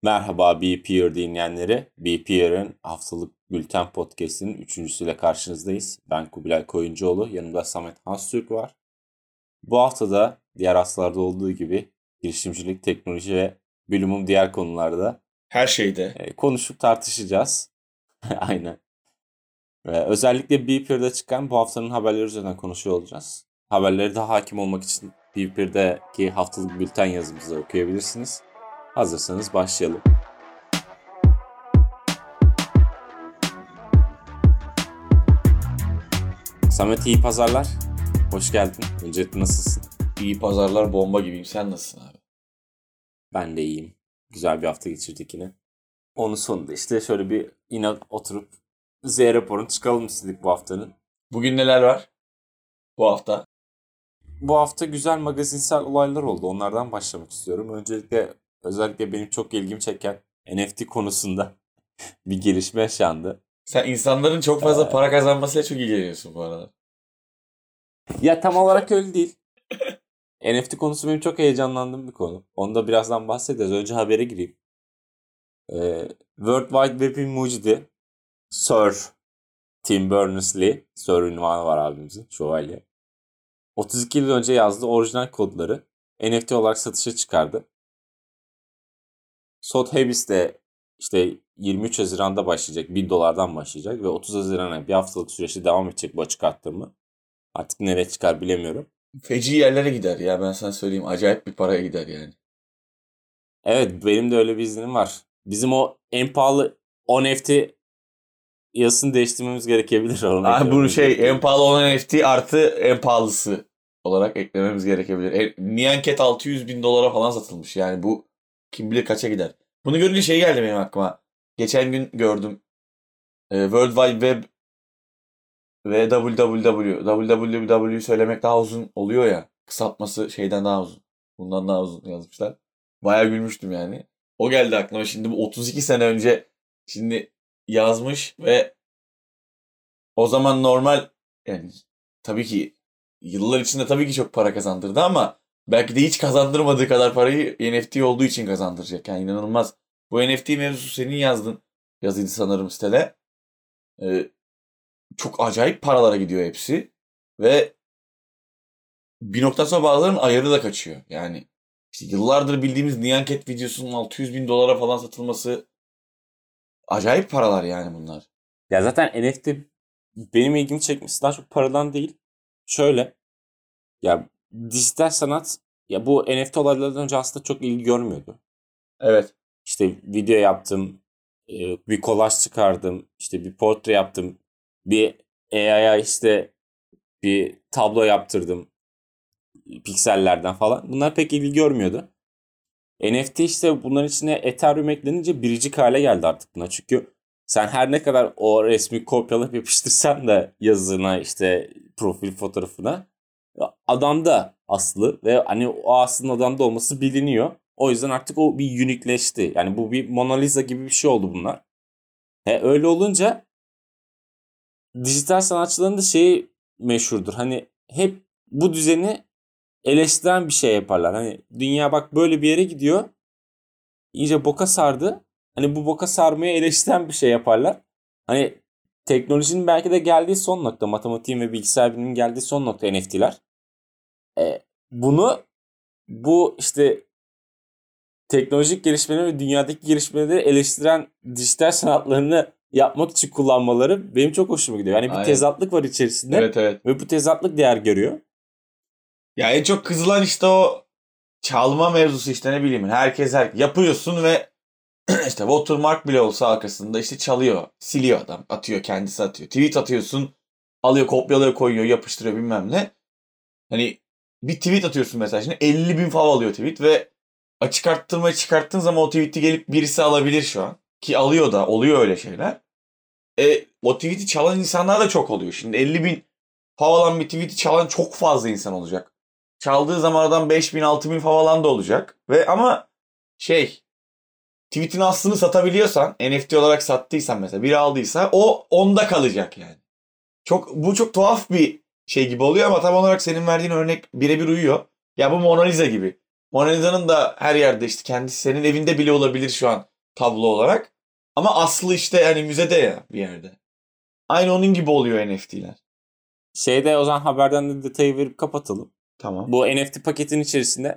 Merhaba BPR dinleyenleri. BPR'ın haftalık Bülten Podcast'inin üçüncüsüyle karşınızdayız. Ben Kubilay Koyuncuoğlu, yanımda Samet Haztürk var. Bu haftada diğer haftalarda olduğu gibi girişimcilik, teknoloji ve bilumum diğer konularda Her şeyde. konuşup tartışacağız. Aynen. Özellikle BPR'da çıkan bu haftanın haberleri üzerinden konuşuyor olacağız. Haberleri daha hakim olmak için BPR'daki haftalık bülten yazımızı okuyabilirsiniz. Hazırsanız başlayalım. Samet iyi pazarlar. Hoş geldin. Öncelikle nasılsın? İyi pazarlar, bomba gibiyim. Sen nasılsın abi? Ben de iyiyim. Güzel bir hafta geçirdik yine. Onun sonunda işte şöyle bir yine oturup Z raporunu çıkalım istedik bu haftanın. Bugün neler var bu hafta? Bu hafta güzel magazinsel olaylar oldu. Onlardan başlamak istiyorum. Özellikle benim çok ilgimi çeken NFT konusunda bir gelişme yaşandı. Sen insanların çok fazla para kazanmasıyla çok ilgileniyorsun bu arada. Ya tam olarak öyle değil. NFT konusu benim çok heyecanlandığım bir konu. Onu da birazdan bahsedeceğiz. Önce habere gireyim. World Wide Web'in mucidi Sir Tim Berners-Lee, Sir ünvanı var abimizin, şövalye. 32 yıl önce yazdığı orijinal kodları NFT olarak satışa çıkardı. Sotheby's'te işte 23 Haziran'da başlayacak, $1.000'dan başlayacak ve 30 Haziran'a bir haftalık süreçte devam edecek bu açık arttırma. Artık nereye çıkar bilemiyorum. Feci yerlere gider ya, ben sana söyleyeyim. Acayip bir paraya gider yani. Evet, benim de öyle bir izlenim var. Bizim o en pahalı NFT yasını değiştirmemiz gerekebilir. Abi bunu en pahalı olan NFT artı en pahalısı olarak eklememiz gerekebilir. Nyan Cat 600 bin dolara falan satılmış. Yani bu kim bilir kaça gider. Bunu görünce geldi benim aklıma. Geçen gün gördüm. World Wide Web ve www söylemek daha uzun oluyor ya. Kısaltması şeyden daha uzun. Bundan daha uzun yazmışlar. Bayağı gülmüştüm yani. O geldi aklıma. Şimdi bu 32 sene önce yazmış ve o zaman normal, yani tabii ki yıllar içinde tabii ki çok para kazandırdı ama belki de hiç kazandırmadığı kadar parayı NFT olduğu için kazandıracak. Yani inanılmaz. Bu NFT mevzusu senin yazdın. Yazıydı sanırım sitede. Çok acayip paralara gidiyor hepsi. Ve bir noktadan sonra bazılarının ayarı da kaçıyor. Yani işte yıllardır bildiğimiz Nyan Cat videosunun 600 bin dolara falan satılması acayip paralar yani bunlar. Ya zaten NFT benim ilgimi çekmesi daha çok paradan değil. Şöyle, ya dijital sanat, ya bu NFT olaylardan önce aslında çok ilgi görmüyordu. Evet. İşte video yaptım, bir kolaj çıkardım, işte bir portre yaptım, bir AI'ya işte bir tablo yaptırdım piksellerden falan. Bunlar pek ilgi görmüyordu. NFT işte bunların içine Ethereum eklenince biricik hale geldi artık buna. Çünkü sen her ne kadar o resmi kopyalayıp yapıştırsan da yazına işte profil fotoğrafına, adamda aslı ve hani o aslında adamda olması biliniyor. O yüzden artık o bir unikleşti. Yani bu bir Mona Lisa gibi bir şey oldu bunlar. Öyle olunca dijital sanatçıların da şeyi meşhurdur. Hani hep bu düzeni eleştiren bir şey yaparlar. Hani dünya bak böyle bir yere gidiyor. İyice boka sardı. Hani bu boka sarmaya eleştiren bir şey yaparlar. Hani teknolojinin belki de geldiği son nokta, matematiğin ve bilgisayar bilimin geldiği son nokta NFT'ler. Bunu bu işte teknolojik gelişmeleri ve dünyadaki gelişmeleri eleştiren dijital sanatlarını yapmak için kullanmaları benim çok hoşuma gidiyor. Yani bir Aynen. tezatlık var içerisinde. Evet. Ve bu tezatlık değer görüyor. Ya en çok kızılan işte o çalma mevzusu, işte ne bileyim, herkes yapıyorsun ve işte watermark bile olsa arkasında işte çalıyor, siliyor adam, atıyor, kendisi atıyor. Tweet atıyorsun, alıyor, kopyalıyor, koyuyor, yapıştırıyor bilmem ne. Hani bir tweet atıyorsun mesela, şimdi 50 bin fav alıyor tweet ve açık arttırmayı çıkarttığın zaman o tweet'i gelip birisi alabilir şu an. Ki alıyor da, oluyor öyle şeyler. O tweet'i çalan insanlar da çok oluyor. Şimdi 50 bin fav alan bir tweet'i çalan çok fazla insan olacak. Çaldığı zaman adam 5 bin 6 bin fav alan da olacak. Ve ama tweet'in aslını satabiliyorsan, NFT olarak sattıysan mesela, biri aldıysa o onda kalacak yani. Bu çok tuhaf bir şey gibi oluyor ama tam olarak senin verdiğin örnek birebir uyuyor. Ya bu Mona Lisa gibi. Mona Lisa'nın da her yerde, işte kendisi senin evinde bile olabilir şu an. tablo olarak. Ama aslı işte yani müzede ya bir yerde. Aynı onun gibi oluyor NFT'ler. Şeyde o zaman haberden de detayı verip kapatalım. Tamam. Bu NFT paketin içerisinde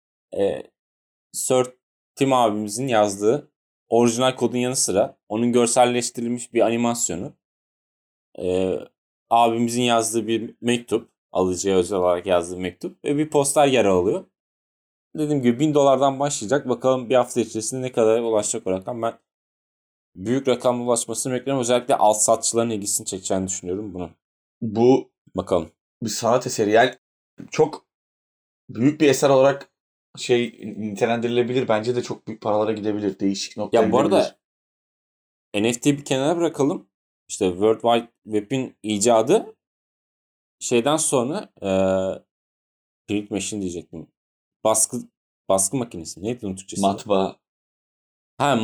Sir Tim abimizin yazdığı orijinal kodun yanı sıra onun görselleştirilmiş bir animasyonu, abimizin yazdığı bir mektup, alıcıya özel olarak yazdığı mektup ve bir poster yer alıyor. Dediğim gibi $1000'dan başlayacak. Bakalım bir hafta içerisinde ne kadar ulaşacak o rakam. Ben büyük rakamla ulaşmasını bekliyorum. Özellikle alt satçıların ilgisini çekeceğini düşünüyorum bunu. Bu Bakalım. bir sanat eseri. Yani çok büyük bir eser olarak nitelendirilebilir. Bence de çok büyük paralara gidebilir. Değişik noktaya Ya bu gidebilir. arada NFT'yi bir kenara bırakalım. İşte World Wide Web'in icadı şeyden sonra print machine diyecektim. Baskı makinesi. Neydi onun Türkçesi? Matbaa. Ha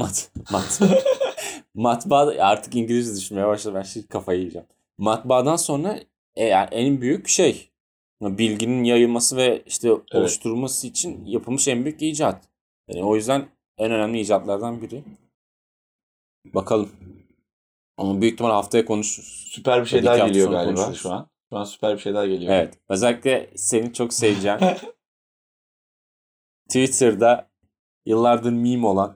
matbaa artık İngilizce düşünmeye başladım. Ben şimdi kafayı yiyeceğim. Matbaadan sonra yani en büyük şey bilginin yayılması ve işte oluşturulması için yapılmış en büyük icat. Yani o yüzden en önemli icatlardan biri. Bakalım. Ama büyük ihtimal haftaya konuşuruz. Süper bir şey daha geliyor galiba şu an. Şu an süper bir şey daha geliyor. Evet. Özellikle seni çok seveceğim. Twitter'da yıllardır meme olan,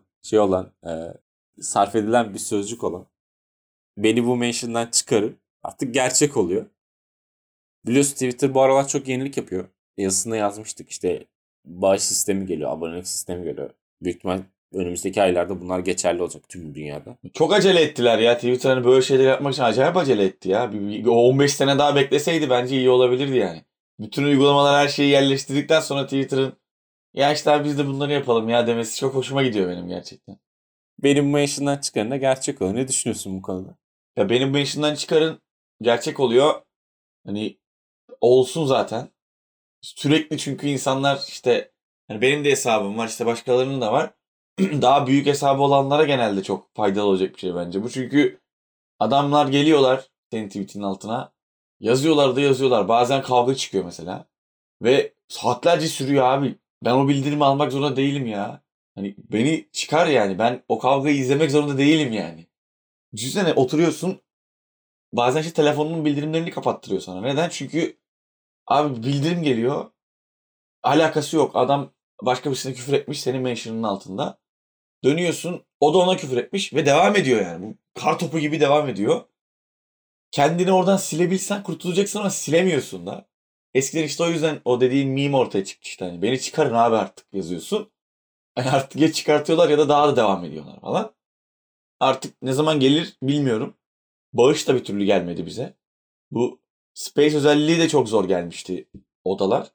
sarf edilen bir sözcük olan beni bu mention'dan çıkarın. Artık gerçek oluyor. Biliyorsun Twitter bu aralar çok yenilik yapıyor. Yazısında yazmıştık işte bağış sistemi geliyor, abonelik sistemi geliyor. Büyük ihtimal önümüzdeki aylarda bunlar geçerli olacak tüm dünyada. Çok acele ettiler ya. Twitter hani böyle şeyler yapmak için acayip acele etti ya. Bir 15 sene daha bekleseydi bence iyi olabilirdi yani. Bütün uygulamalar her şeyi yerleştirdikten sonra Twitter'ın ya işte abi biz de bunları yapalım ya demesi çok hoşuma gidiyor benim gerçekten. Benim bu mention'dan çıkarın da gerçek oluyor. Ne düşünüyorsun bu konuda? Ya benim mention'dan çıkarın gerçek oluyor. Hani olsun zaten. Sürekli çünkü insanlar işte hani benim de hesabım var işte başkalarının da var. Daha büyük hesabı olanlara genelde çok faydalı olacak bir şey bence bu. Çünkü adamlar geliyorlar senin tweetinin altına. Yazıyorlar da yazıyorlar. Bazen kavga çıkıyor mesela. Ve saatlerce sürüyor abi. Ben o bildirimi almak zorunda değilim ya. Hani beni çıkar yani. Ben o kavgayı izlemek zorunda değilim yani. Düşünsene oturuyorsun. Bazen işte telefonunun bildirimlerini kapattırıyor sana. Neden? Çünkü abi bildirim geliyor. Alakası yok. Adam başka birisine küfür etmiş senin mention'ının altında. Dönüyorsun. O da ona küfür etmiş ve devam ediyor yani. Bu kar topu gibi devam ediyor. Kendini oradan silebilsen kurtulacaksın ama silemiyorsun da. Eskiden işte o yüzden o dediğin meme ortaya çıktı işte. Hani beni çıkarın abi artık yazıyorsun. Yani artık ya çıkartıyorlar ya da daha da devam ediyorlar falan. Artık ne zaman gelir bilmiyorum. Bağış da bir türlü gelmedi bize. Bu Space özelliği de çok zor gelmişti odalar.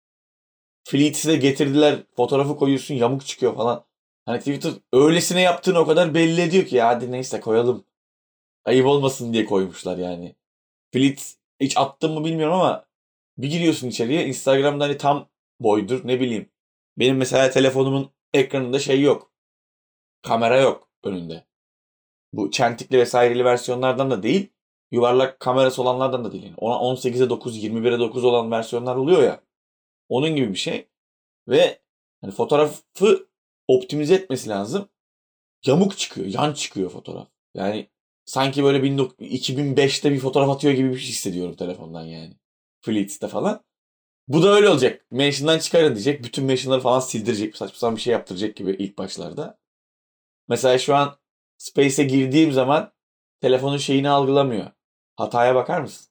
Fleets'i de getirdiler. Fotoğrafı koyuyorsun yamuk çıkıyor falan. Hani Twitter öylesine yaptığını o kadar belli ediyor ki ya hadi neyse koyalım. Ayıp olmasın diye koymuşlar yani. Fleet hiç attım mı bilmiyorum ama bir giriyorsun içeriye Instagram'da hani tam boydur ne bileyim. Benim mesela telefonumun ekranında şey yok. Kamera yok önünde. Bu çentikli vesaireli versiyonlardan da değil. Yuvarlak kamerası olanlardan da değil. Yani ona 18'e 9, 21'e 9 olan versiyonlar oluyor ya. Onun gibi bir şey. Ve hani fotoğrafı optimize etmesi lazım. Yamuk çıkıyor, yan çıkıyor fotoğraf. Yani sanki böyle 2005'te bir fotoğraf atıyor gibi bir şey hissediyorum telefondan yani. Fleets'te falan. Bu da öyle olacak. Mention'dan çıkarın diyecek. Bütün mention'ları falan sildirecek. Saçma sapan bir şey yaptıracak gibi ilk başlarda. Mesela şu an Space'e girdiğim zaman telefonun şeyini algılamıyor. Hataya bakar mısın?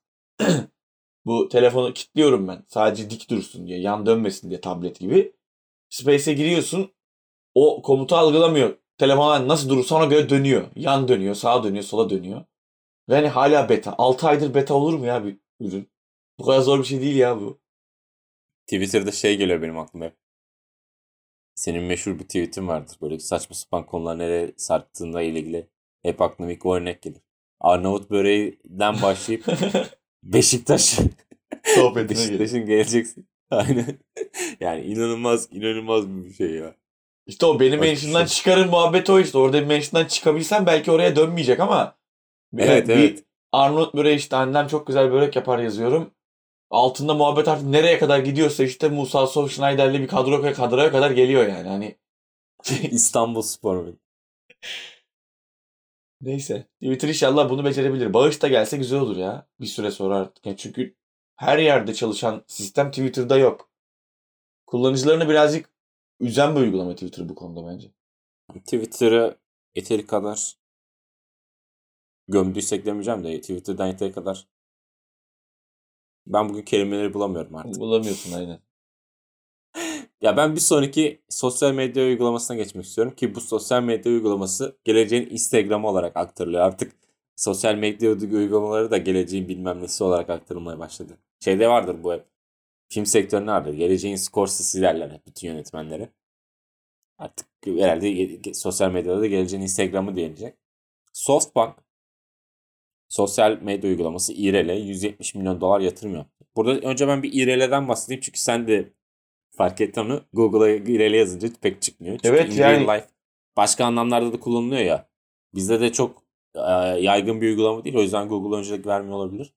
Bu telefonu kilitliyorum ben. Sadece dik dursun diye, yan dönmesin diye tablet gibi. Space'e giriyorsun. O komutu algılamıyor. Telefon nasıl durursa ona göre dönüyor. Yan dönüyor, sağa dönüyor, sola dönüyor. Ve hani hala beta. 6 aydır beta olur mu ya bir ürün? Bu kadar zor bir şey değil ya bu. Twitter'da şey geliyor benim aklıma hep. Senin meşhur bir tweetin vardır. Böyle saçma sapan konular nereye sarktığında ile ilgili hep aklıma ilk o örnek gelir. Arnavut böreğinden başlayıp Beşiktaş Sohbetine gelir. Beşiktaş'ın geleceksin. Aynen. Yani inanılmaz bir şey ya. İşte o benim Bak mention'dan şu. çıkarın muhabbeti o işte. Orada bir mention'dan çıkabilsem belki oraya dönmeyecek ama Evet. bir Arnavut böreği işte annem çok güzel börek yapar yazıyorum. Altında muhabbet artık nereye kadar gidiyorsa işte Musa Sow Schneider'li bir kadroya kadar geliyor yani. Hani İstanbul Spor. Neyse. Twitter inşallah bunu becerebilir. Bağış da gelse güzel olur ya. Bir süre sonra artık. Yani çünkü her yerde çalışan sistem Twitter'da yok. Kullanıcılarını birazcık üzen bir uygulama Twitter bu konuda bence. Twitter'ı yeteri kadar gömdüysek demeyeceğim de Twitter'dan yeteri kadar ben bugün kelimeleri bulamıyorum artık. Bulamıyorsun aynen. Ya ben bir sonraki sosyal medya uygulamasına geçmek istiyorum ki bu sosyal medya uygulaması geleceğin Instagram'ı olarak aktarılıyor. Artık sosyal medya uygulamaları da geleceğin bilmem nesi olarak aktarılmaya başladı. Şeyde vardır bu hep. Film sektöründe vardır. Geleceğin Scorsese'si derler hep bütün yönetmenleri. Artık herhalde sosyal medyada da geleceğin Instagram'ı diyecek. SoftBank sosyal medya uygulaması İRL'e 170 milyon dolar yatırım yaptı. Burada önce ben bir İRL'den bahsedeyim çünkü sen de fark ettin onu. Google'a İRL yazınca pek çıkmıyor. Çünkü Evet, in yani real life başka anlamlarda da kullanılıyor ya. Bizde de çok yaygın bir uygulama değil. O yüzden Google öncelik vermiyor olabilir.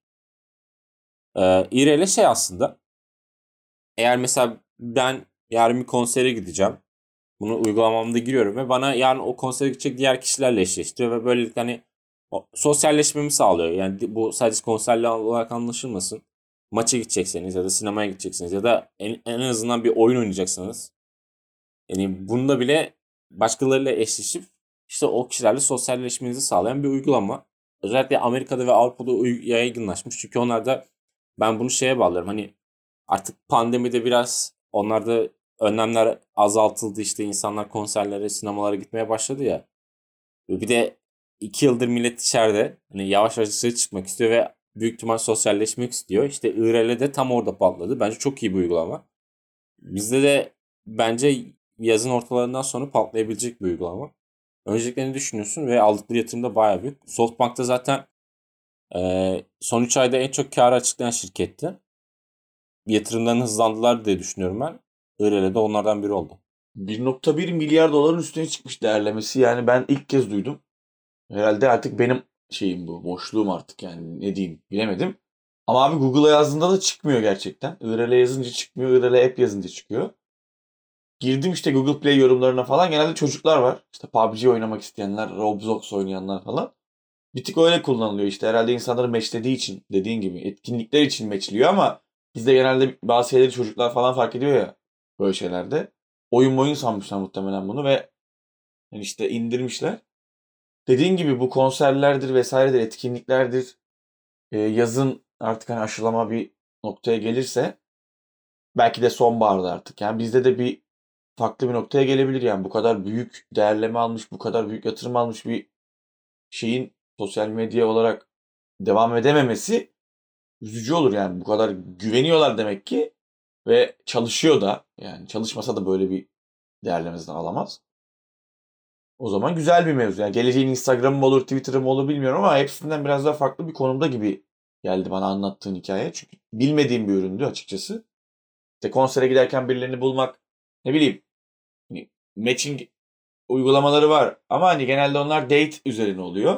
İRL şey aslında. Eğer mesela ben yarın bir konsere gideceğim. Bunu uygulamamda giriyorum ve bana yarın o konsere gidecek diğer kişilerle eşleştiriyor ve böylelikle hani sosyalleşmemi sağlıyor. Yani bu sadece konserle olarak anlaşılmasın. Maça gidecekseniz ya da sinemaya gideceksiniz ya da en azından bir oyun oynayacaksanız. Yani bunda bile başkalarıyla eşleşip işte o kişilerle sosyalleşmenizi sağlayan bir uygulama. Özellikle Amerika'da ve Avrupa'da yaygınlaşmış. Çünkü onlarda ben bunu şeye bağlıyorum. Hani artık pandemide biraz onlarda önlemler azaltıldı. İşte insanlar konserlere, sinemalara gitmeye başladı ya. Bir de 2 yıldır millet içeride. Hani yavaş yavaş dışarı çıkmak istiyor ve büyük ihtimal sosyalleşmek istiyor. İşte IRL de tam orada patladı. Bence çok iyi bir uygulama. Bizde de bence yazın ortalarından sonra patlayabilecek bir uygulama. Öncelikle ne düşünüyorsun ve aldıkları yatırım da bayağı büyük. SoftBank'ta zaten son 3 ayda en çok kârı açıklayan şirketti. Yatırımlarını hızlandılar diye düşünüyorum ben. IRL de onlardan biri oldu. 1,1 milyar doların üstüne çıkmış değerlemesi. Yani ben ilk kez duydum. Herhalde artık benim şeyim bu. Boşluğum artık yani ne diyeyim bilemedim. Ama abi Google'a yazdığında da çıkmıyor gerçekten. IRL yazınca çıkmıyor. IRL app yazınca çıkıyor. Girdim işte Google Play yorumlarına falan. Genelde çocuklar var. İşte PUBG oynamak isteyenler, Roblox oynayanlar falan. Bir tık öyle kullanılıyor işte. Herhalde insanları matchlediği için dediğin gibi etkinlikler için matchliyor ama bizde genelde bazı şeyleri çocuklar falan fark ediyor ya böyle şeylerde. Oyun sanmışlar muhtemelen bunu ve yani işte indirmişler. Dediğin gibi bu konserlerdir vesairedir, etkinliklerdir. Yazın artık hani aşılama bir noktaya gelirse belki de sonbaharda artık. Yani bizde de bir farklı bir noktaya gelebilir yani. Bu kadar büyük değerleme almış, bu kadar büyük yatırım almış bir şeyin sosyal medya olarak devam edememesi üzücü olur yani. Bu kadar güveniyorlar demek ki ve çalışıyor da yani çalışmasa da böyle bir değerlemesinden alamaz. O zaman güzel bir mevzu. Yani geleceğin Instagram'ı mı olur, Twitter'ı mı olur bilmiyorum ama hepsinden biraz daha farklı bir konumda gibi geldi bana anlattığın hikaye. Çünkü bilmediğim bir üründü açıkçası. İşte konsere giderken birilerini bulmak, ne bileyim, hani matching uygulamaları var ama hani genelde onlar date üzerine oluyor.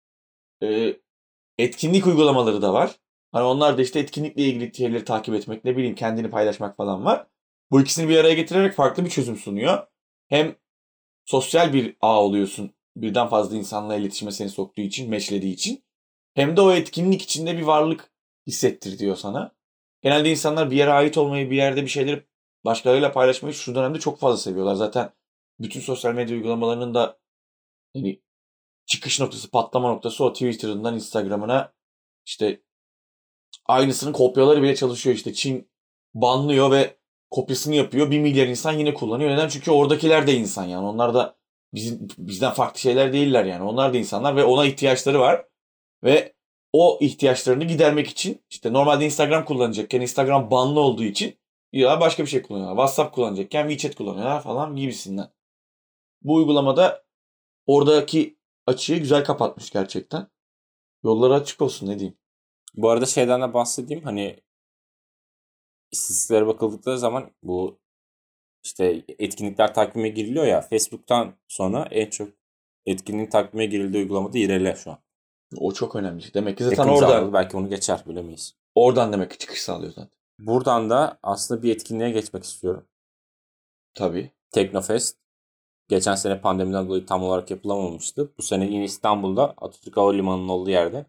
Etkinlik uygulamaları da var. Hani onlar da işte etkinlikle ilgili şeyleri takip etmek, ne bileyim kendini paylaşmak falan var. Bu ikisini bir araya getirerek farklı bir çözüm sunuyor. Hem sosyal bir ağ oluyorsun. Birden fazla insanla iletişime seni soktuğu için, meşlediği için. Hem de o etkinlik içinde bir varlık hissettir diyor sana. Genelde insanlar bir yere ait olmayı, bir yerde bir şeyleri başkalarıyla paylaşmayı şu dönemde çok fazla seviyorlar. Zaten bütün sosyal medya uygulamalarının da hani çıkış noktası, patlama noktası o Twitter'ından Instagram'ına işte aynısının kopyaları bile çalışıyor işte. Çin banlıyor ve kopyasını yapıyor. 1 milyar insan yine kullanıyor. Neden? Çünkü oradakiler de insan yani. Onlar da bizden farklı şeyler değiller yani. Onlar da insanlar ve ona ihtiyaçları var. Ve o ihtiyaçlarını gidermek için işte normalde Instagram kullanacakken Instagram banlı olduğu için ya başka bir şey kullanıyorlar. WhatsApp kullanacakken WeChat kullanıyorlar falan gibisinden. Bu uygulamada oradaki açığı güzel kapatmış gerçekten. Yolları açık olsun ne diyeyim. Bu arada şeyden de bahsedeyim. Hani istatistiklere bakıldıkları zaman bu işte etkinlikler takvime giriliyor ya. Facebook'tan sonra en çok etkinlik takvime girildiği uygulamada IRL şu an. O çok önemli. Demek ki zaten Yakın oradan. zamanda belki onu geçer bilemeyiz. Oradan demek ki çıkış sağlıyor zaten. Buradan da aslında bir etkinliğe geçmek istiyorum. Tabii. Teknofest. Geçen sene pandemiden dolayı tam olarak yapılamamıştı. Bu sene yine İstanbul'da Atatürk Havalimanı'nın olduğu yerde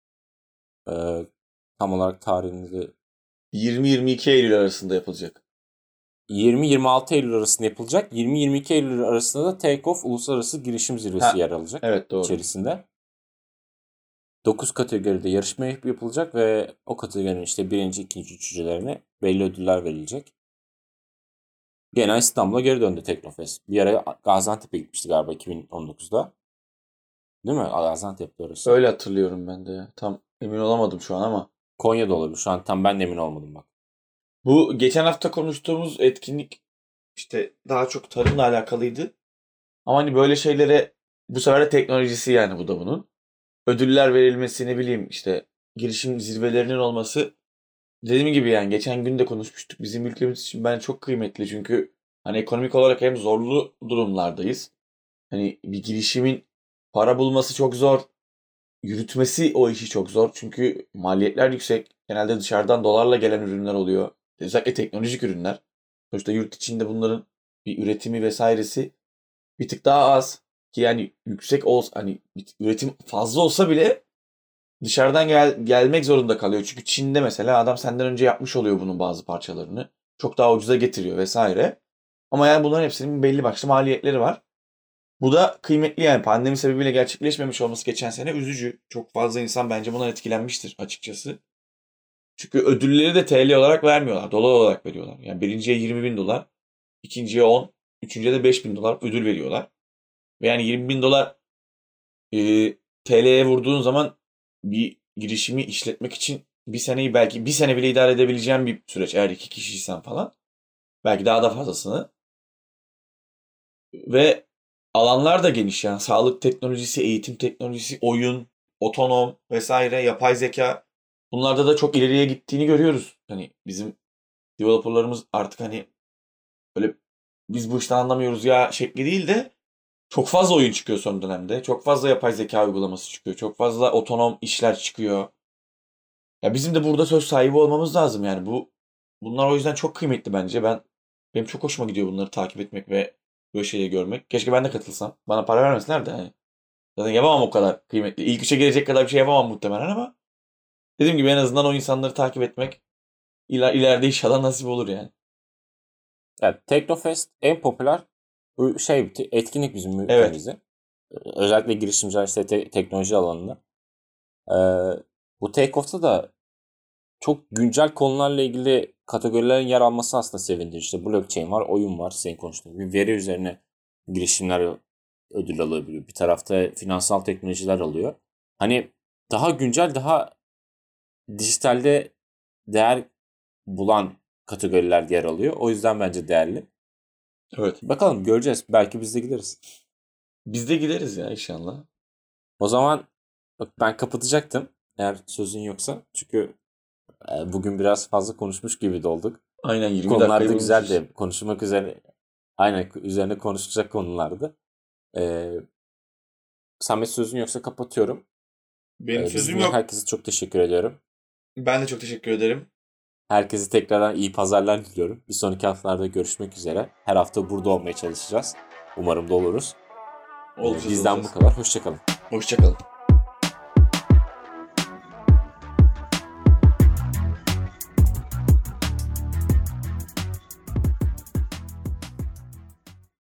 tam olarak tarihini 20-22 Eylül arasında yapılacak. 20-26 Eylül arasında yapılacak. 20-22 Eylül arasında da Take-Off Uluslararası Girişim Zirvesi yer alacak. Evet, doğru. İçerisinde. 9 kategoride yarışma yapılacak ve o kategorinin işte birinci, ikinci, üçüncülerine belli ödüller verilecek. Gene İstanbul'a geri döndü Teknofest. Bir ara Gaziantep'e gitmişti galiba 2019'da. Değil mi? Gaziantep'te orası. Öyle hatırlıyorum ben de ya. Tam emin olamadım şu an ama. Konya'da olabilir. Şu an tam ben de emin olmadım bak. Bu geçen hafta konuştuğumuz etkinlik işte daha çok tarımla alakalıydı. Ama hani böyle şeylere bu sefer de teknolojisi yani bu da bunun. Ödüller verilmesi, ne bileyim işte girişim zirvelerinin olması, dediğim gibi yani geçen gün de konuşmuştuk. Bizim ülkemiz için bence çok kıymetli çünkü hani ekonomik olarak hem zorlu durumlardayız. Hani bir girişimin para bulması çok zor. Yürütmesi o işi çok zor. Çünkü maliyetler yüksek. Genelde dışarıdan dolarla gelen ürünler oluyor. Özellikle teknolojik ürünler. Sonuçta yurt içinde bunların bir üretimi vesairesi bir tık daha az. Ki yani yüksek olsa, hani üretim fazla olsa bile dışarıdan gelmek zorunda kalıyor. Çünkü Çin'de mesela adam senden önce yapmış oluyor bunun bazı parçalarını. Çok daha ucuza getiriyor vesaire. Ama yani bunların hepsinin belli başlı maliyetleri var. Bu da kıymetli yani. Pandemi sebebiyle gerçekleşmemiş olması geçen sene üzücü. Çok fazla insan bence bundan etkilenmiştir açıkçası. Çünkü ödülleri de TL olarak vermiyorlar. Dolar olarak veriyorlar. Yani birinciye 20.000 dolar. İkinciye 10. Üçüncüye de 5.000 dolar ödül veriyorlar. Ve yani 20.000 dolar TL'ye vurduğun zaman bir girişimi işletmek için bir seneyi, belki bir sene bile idare edebileceğin bir süreç. Eğer 2 kişiysen falan. Belki daha da fazlasını. Ve alanlar da geniş yani. Sağlık teknolojisi, eğitim teknolojisi, oyun, otonom vesaire, yapay zeka. Bunlarda da çok ileriye gittiğini görüyoruz. Hani bizim developerlarımız artık hani böyle biz bu işten anlamıyoruz ya şekli değil de çok fazla oyun çıkıyor son dönemde. Çok fazla yapay zeka uygulaması çıkıyor. Çok fazla otonom işler çıkıyor. Ya bizim de burada söz sahibi olmamız lazım yani. Bunlar o yüzden çok kıymetli bence. Benim çok hoşuma gidiyor bunları takip etmek ve böyle şeyleri görmek. Keşke ben de katılsam. Bana para vermesinler de hani. Zaten yapamam o kadar kıymetli. İlk üçe gelecek kadar bir şey yapamam muhtemelen ama dediğim gibi en azından o insanları takip etmek ileride inşallah nasip olur yani. Evet, Teknofest en popüler etkinlik bizim ülkemizde. Evet. Özellikle girişimciler işte teknoloji alanında. Bu Take-Off'ta da çok güncel konularla ilgili kategorilerin yer alması aslında sevindirici. İşte blockchain var, oyun var, senin konuştuğun gibi veri üzerine girişimler ödül alabiliyor. Bir tarafta finansal teknolojiler alıyor. Hani daha güncel, daha dijitalde değer bulan kategoriler yer alıyor. O yüzden bence değerli. Evet. Bakalım, göreceğiz. Belki biz de gideriz. Biz de gideriz ya inşallah. O zaman bak, ben kapatacaktım eğer sözün yoksa. Çünkü bugün biraz fazla konuşmuş gibi de olduk. Aynen, 20 konular dakika da güzeldi. Konuşmak üzere, aynen üzerine konuşacak konulardı. Samet, sözün yoksa kapatıyorum. Benim sözüm yok. Herkese çok teşekkür ediyorum. Ben de çok teşekkür ederim. Herkese tekrardan iyi pazarlar diliyorum. Bir sonraki haftalarda görüşmek üzere. Her hafta burada olmaya çalışacağız. Umarım da oluruz. Bizden bu kadar. Hoşçakalın. Hoşçakalın.